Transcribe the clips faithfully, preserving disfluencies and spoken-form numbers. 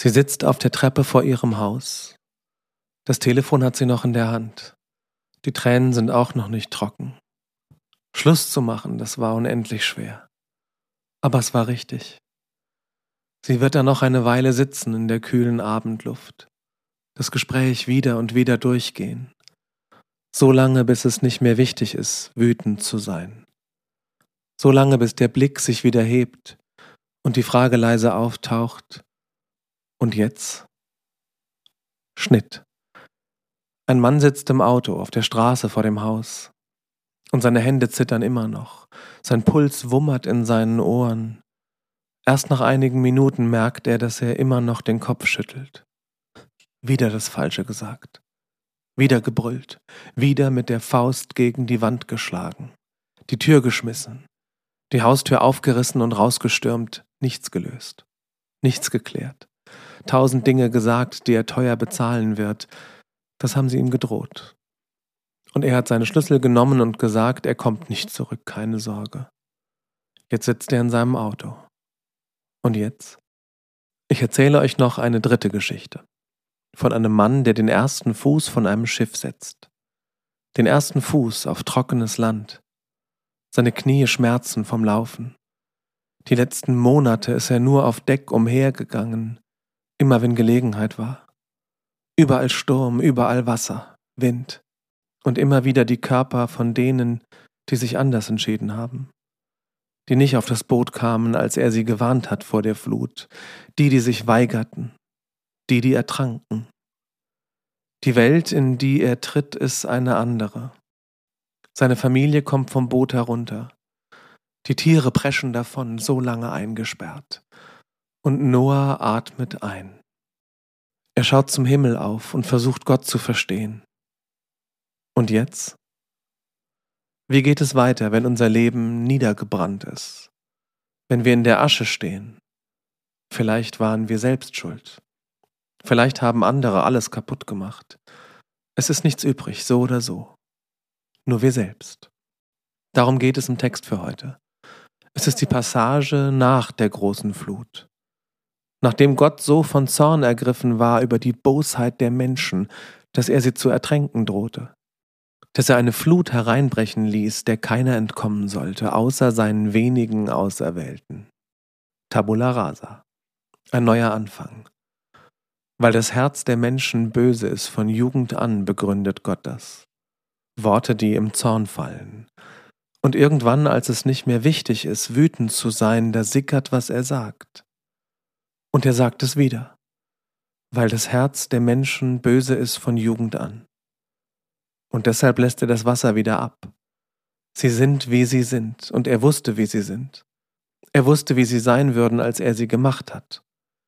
Sie sitzt auf der Treppe vor ihrem Haus. Das Telefon hat sie noch in der Hand. Die Tränen sind auch noch nicht trocken. Schluss zu machen, das war unendlich schwer. Aber es war richtig. Sie wird da noch eine Weile sitzen in der kühlen Abendluft. Das Gespräch wieder und wieder durchgehen. So lange, bis es nicht mehr wichtig ist, wütend zu sein. So lange, bis der Blick sich wieder hebt und die Frage leise auftaucht: Und jetzt? Schnitt. Ein Mann sitzt im Auto auf der Straße vor dem Haus. Und seine Hände zittern immer noch. Sein Puls wummert in seinen Ohren. Erst nach einigen Minuten merkt er, dass er immer noch den Kopf schüttelt. Wieder das Falsche gesagt. Wieder gebrüllt. Wieder mit der Faust gegen die Wand geschlagen. Die Tür geschmissen. Die Haustür aufgerissen und rausgestürmt. Nichts gelöst. Nichts geklärt. Tausend Dinge gesagt, die er teuer bezahlen wird. Das haben sie ihm gedroht. Und er hat seine Schlüssel genommen und gesagt, er kommt nicht zurück, keine Sorge. Jetzt sitzt er in seinem Auto. Und jetzt? Ich erzähle euch noch eine dritte Geschichte. Von einem Mann, der den ersten Fuß von einem Schiff setzt. Den ersten Fuß auf trockenes Land. Seine Knie schmerzen vom Laufen. Die letzten Monate ist er nur auf Deck umhergegangen, immer wenn Gelegenheit war. Überall Sturm, überall Wasser, Wind. Und immer wieder die Körper von denen, die sich anders entschieden haben. Die nicht auf das Boot kamen, als er sie gewarnt hat vor der Flut. Die, die sich weigerten. Die, die ertranken. Die Welt, in die er tritt, ist eine andere. Seine Familie kommt vom Boot herunter. Die Tiere preschen davon, so lange eingesperrt. Und Noah atmet ein. Er schaut zum Himmel auf und versucht Gott zu verstehen. Und jetzt? Wie geht es weiter, wenn unser Leben niedergebrannt ist? Wenn wir in der Asche stehen? Vielleicht waren wir selbst schuld. Vielleicht haben andere alles kaputt gemacht. Es ist nichts übrig, so oder so. Nur wir selbst. Darum geht es im Text für heute. Es ist die Passage nach der großen Flut. Nachdem Gott so von Zorn ergriffen war über die Bosheit der Menschen, dass er sie zu ertränken drohte. Dass er eine Flut hereinbrechen ließ, der keiner entkommen sollte, außer seinen wenigen Auserwählten. Tabula rasa. Ein neuer Anfang. Weil das Herz der Menschen böse ist, von Jugend an begründet Gott das. Worte, die im Zorn fallen. Und irgendwann, als es nicht mehr wichtig ist, wütend zu sein, da sickert, was er sagt. Und er sagt es wieder. Weil das Herz der Menschen böse ist von Jugend an. Und deshalb lässt er das Wasser wieder ab. Sie sind, wie sie sind, und er wusste, wie sie sind. Er wusste, wie sie sein würden, als er sie gemacht hat.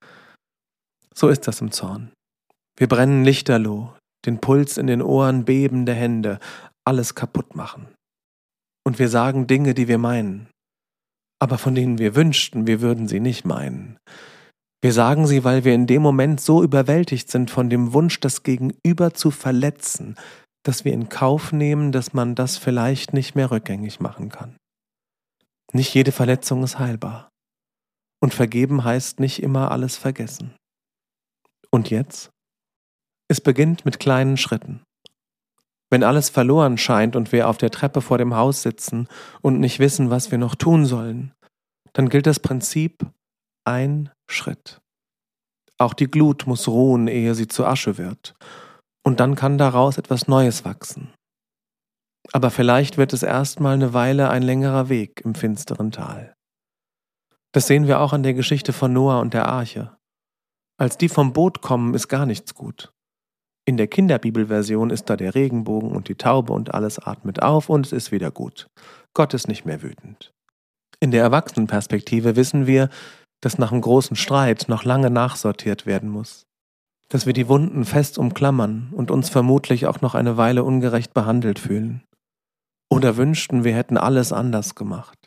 So ist das im Zorn. Wir brennen lichterloh, den Puls in den Ohren, bebende Hände, alles kaputt machen. Und wir sagen Dinge, die wir meinen, aber von denen wir wünschten, wir würden sie nicht meinen. Wir sagen sie, weil wir in dem Moment so überwältigt sind von dem Wunsch, das Gegenüber zu verletzen, dass wir in Kauf nehmen, dass man das vielleicht nicht mehr rückgängig machen kann. Nicht jede Verletzung ist heilbar. Und vergeben heißt nicht immer alles vergessen. Und jetzt? Es beginnt mit kleinen Schritten. Wenn alles verloren scheint und wir auf der Treppe vor dem Haus sitzen und nicht wissen, was wir noch tun sollen, dann gilt das Prinzip ein Schritt. Auch die Glut muss ruhen, ehe sie zu Asche wird. Und dann kann daraus etwas Neues wachsen. Aber vielleicht wird es erstmal eine Weile ein längerer Weg im finsteren Tal. Das sehen wir auch an der Geschichte von Noah und der Arche. Als die vom Boot kommen, ist gar nichts gut. In der Kinderbibelversion ist da der Regenbogen und die Taube und alles atmet auf und es ist wieder gut. Gott ist nicht mehr wütend. In der Erwachsenenperspektive wissen wir, dass nach einem großen Streit noch lange nachsortiert werden muss. Dass wir die Wunden fest umklammern und uns vermutlich auch noch eine Weile ungerecht behandelt fühlen. Oder wünschten, wir hätten alles anders gemacht.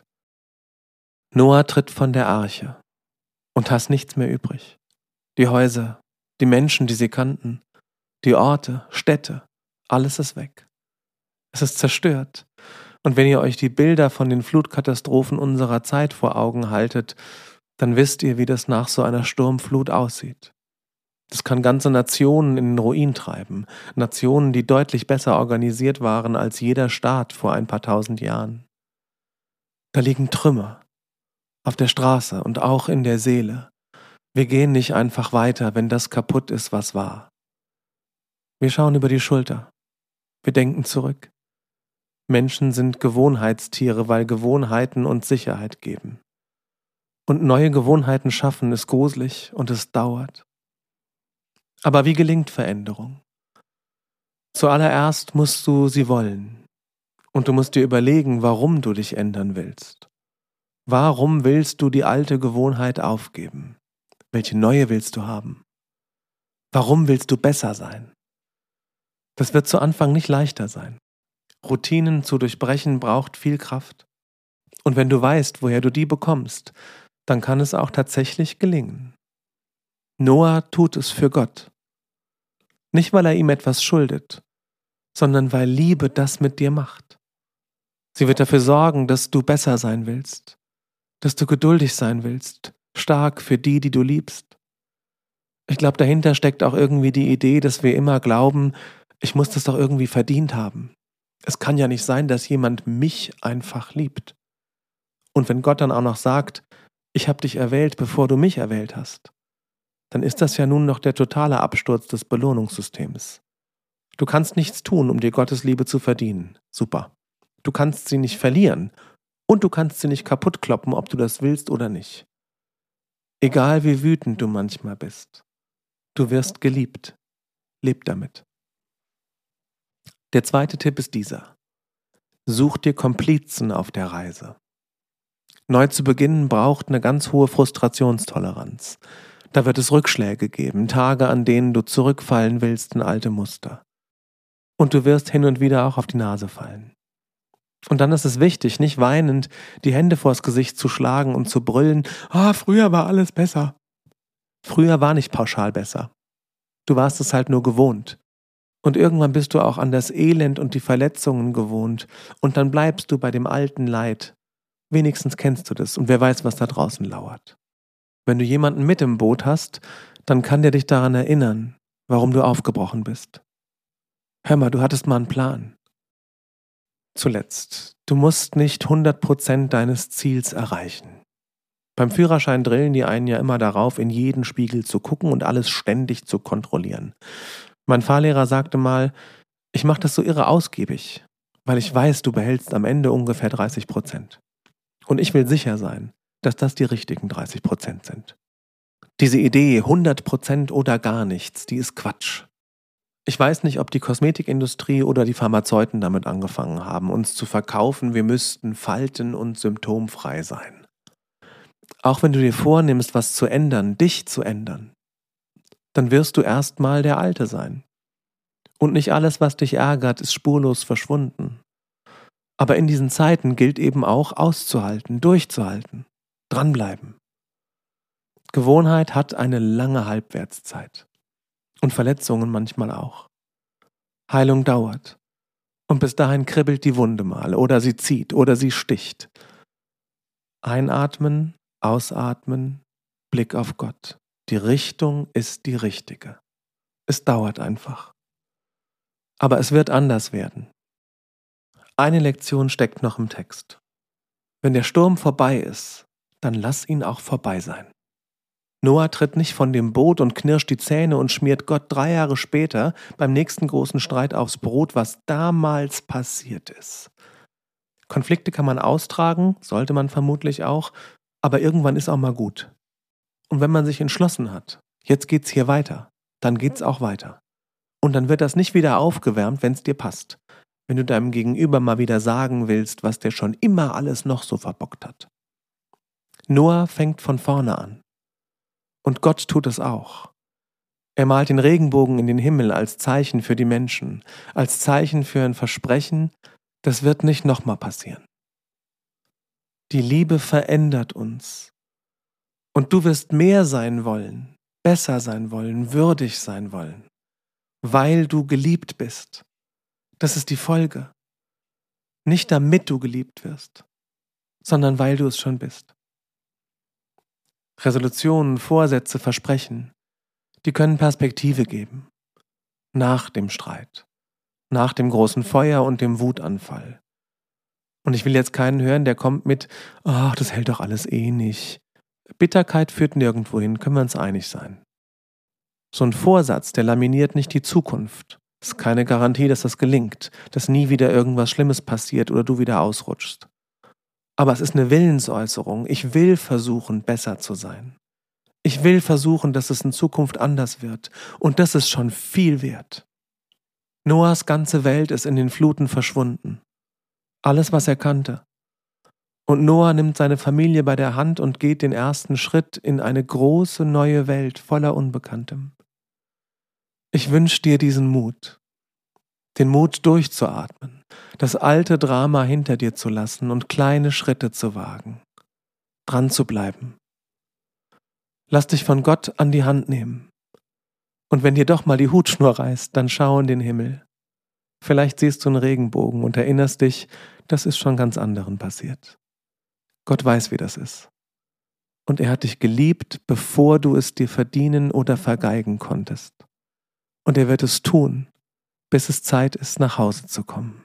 Noah tritt von der Arche und hat nichts mehr übrig. Die Häuser, die Menschen, die sie kannten, die Orte, Städte, alles ist weg. Es ist zerstört. Und wenn ihr euch die Bilder von den Flutkatastrophen unserer Zeit vor Augen haltet, dann wisst ihr, wie das nach so einer Sturmflut aussieht. Das kann ganze Nationen in den Ruin treiben. Nationen, die deutlich besser organisiert waren als jeder Staat vor ein paar tausend Jahren. Da liegen Trümmer. Auf der Straße und auch in der Seele. Wir gehen nicht einfach weiter, wenn das kaputt ist, was war. Wir schauen über die Schulter. Wir denken zurück. Menschen sind Gewohnheitstiere, weil Gewohnheiten uns Sicherheit geben. Und neue Gewohnheiten schaffen ist gruselig und es dauert. Aber wie gelingt Veränderung? Zuallererst musst du sie wollen. Und du musst dir überlegen, warum du dich ändern willst. Warum willst du die alte Gewohnheit aufgeben? Welche neue willst du haben? Warum willst du besser sein? Das wird zu Anfang nicht leichter sein. Routinen zu durchbrechen braucht viel Kraft. Und wenn du weißt, woher du die bekommst, dann kann es auch tatsächlich gelingen. Noah tut es für Gott. Nicht, weil er ihm etwas schuldet, sondern weil Liebe das mit dir macht. Sie wird dafür sorgen, dass du besser sein willst, dass du geduldig sein willst, stark für die, die du liebst. Ich glaube, dahinter steckt auch irgendwie die Idee, dass wir immer glauben, ich muss das doch irgendwie verdient haben. Es kann ja nicht sein, dass jemand mich einfach liebt. Und wenn Gott dann auch noch sagt, ich habe dich erwählt, bevor du mich erwählt hast, dann ist das ja nun noch der totale Absturz des Belohnungssystems. Du kannst nichts tun, um dir Gottes Liebe zu verdienen. Super. Du kannst sie nicht verlieren und du kannst sie nicht kaputt kloppen, ob du das willst oder nicht. Egal wie wütend du manchmal bist, du wirst geliebt. Leb damit. Der zweite Tipp ist dieser. Such dir Komplizen auf der Reise. Neu zu beginnen braucht eine ganz hohe Frustrationstoleranz. Da wird es Rückschläge geben, Tage, an denen du zurückfallen willst in alte Muster. Und du wirst hin und wieder auch auf die Nase fallen. Und dann ist es wichtig, nicht weinend die Hände vors Gesicht zu schlagen und zu brüllen, ah, früher war alles besser. Früher war nicht pauschal besser. Du warst es halt nur gewohnt. Und irgendwann bist du auch an das Elend und die Verletzungen gewohnt. Und dann bleibst du bei dem alten Leid. Wenigstens kennst du das und wer weiß, was da draußen lauert. Wenn du jemanden mit im Boot hast, dann kann der dich daran erinnern, warum du aufgebrochen bist. Hör mal, du hattest mal einen Plan. Zuletzt, du musst nicht hundert Prozent deines Ziels erreichen. Beim Führerschein drillen die einen ja immer darauf, in jeden Spiegel zu gucken und alles ständig zu kontrollieren. Mein Fahrlehrer sagte mal, ich mache das so irre ausgiebig, weil ich weiß, du behältst am Ende ungefähr dreißig Prozent. Und ich will sicher sein, dass das die richtigen dreißig Prozent sind. Diese Idee, hundert Prozent oder gar nichts, die ist Quatsch. Ich weiß nicht, ob die Kosmetikindustrie oder die Pharmazeuten damit angefangen haben, uns zu verkaufen, wir müssten falten- und symptomfrei sein. Auch wenn du dir vornimmst, was zu ändern, dich zu ändern, dann wirst du erstmal der Alte sein. Und nicht alles, was dich ärgert, ist spurlos verschwunden. Aber in diesen Zeiten gilt eben auch auszuhalten, durchzuhalten, dranbleiben. Gewohnheit hat eine lange Halbwertszeit. Und Verletzungen manchmal auch. Heilung dauert. Und bis dahin kribbelt die Wunde mal oder sie zieht oder sie sticht. Einatmen, ausatmen, Blick auf Gott. Die Richtung ist die richtige. Es dauert einfach. Aber es wird anders werden. Eine Lektion steckt noch im Text. Wenn der Sturm vorbei ist, dann lass ihn auch vorbei sein. Noah tritt nicht von dem Boot und knirscht die Zähne und schmiert Gott drei Jahre später beim nächsten großen Streit aufs Brot, was damals passiert ist. Konflikte kann man austragen, sollte man vermutlich auch, aber irgendwann ist auch mal gut. Und wenn man sich entschlossen hat, jetzt geht's hier weiter, dann geht's auch weiter. Und dann wird das nicht wieder aufgewärmt, wenn's dir passt. Wenn du deinem Gegenüber mal wieder sagen willst, was der schon immer alles noch so verbockt hat. Noah fängt von vorne an. Und Gott tut es auch. Er malt den Regenbogen in den Himmel als Zeichen für die Menschen, als Zeichen für ein Versprechen, das wird nicht nochmal passieren. Die Liebe verändert uns. Und du wirst mehr sein wollen, besser sein wollen, würdig sein wollen, weil du geliebt bist. Das ist die Folge. Nicht damit du geliebt wirst, sondern weil du es schon bist. Resolutionen, Vorsätze, Versprechen, Die können Perspektive geben. Nach dem Streit. Nach dem großen Feuer und dem Wutanfall. Und ich will jetzt keinen hören, der kommt mit, ach, das hält doch alles eh nicht. Bitterkeit führt nirgendwo hin, können wir uns einig sein. So ein Vorsatz, der laminiert nicht die Zukunft. Es ist keine Garantie, dass das gelingt, dass nie wieder irgendwas Schlimmes passiert oder du wieder ausrutschst. Aber es ist eine Willensäußerung. Ich will versuchen, besser zu sein. Ich will versuchen, dass es in Zukunft anders wird. Und das ist schon viel wert. Noahs ganze Welt ist in den Fluten verschwunden. Alles, was er kannte. Und Noah nimmt seine Familie bei der Hand und geht den ersten Schritt in eine große neue Welt voller Unbekanntem. Ich wünsche dir diesen Mut. Den Mut durchzuatmen, das alte Drama hinter dir zu lassen und kleine Schritte zu wagen. Dran zu bleiben. Lass dich von Gott an die Hand nehmen. Und wenn dir doch mal die Hutschnur reißt, dann schau in den Himmel. Vielleicht siehst du einen Regenbogen und erinnerst dich, das ist schon ganz anderen passiert. Gott weiß, wie das ist. Und er hat dich geliebt, bevor du es dir verdienen oder vergeigen konntest. Und er wird es tun, bis es Zeit ist, nach Hause zu kommen.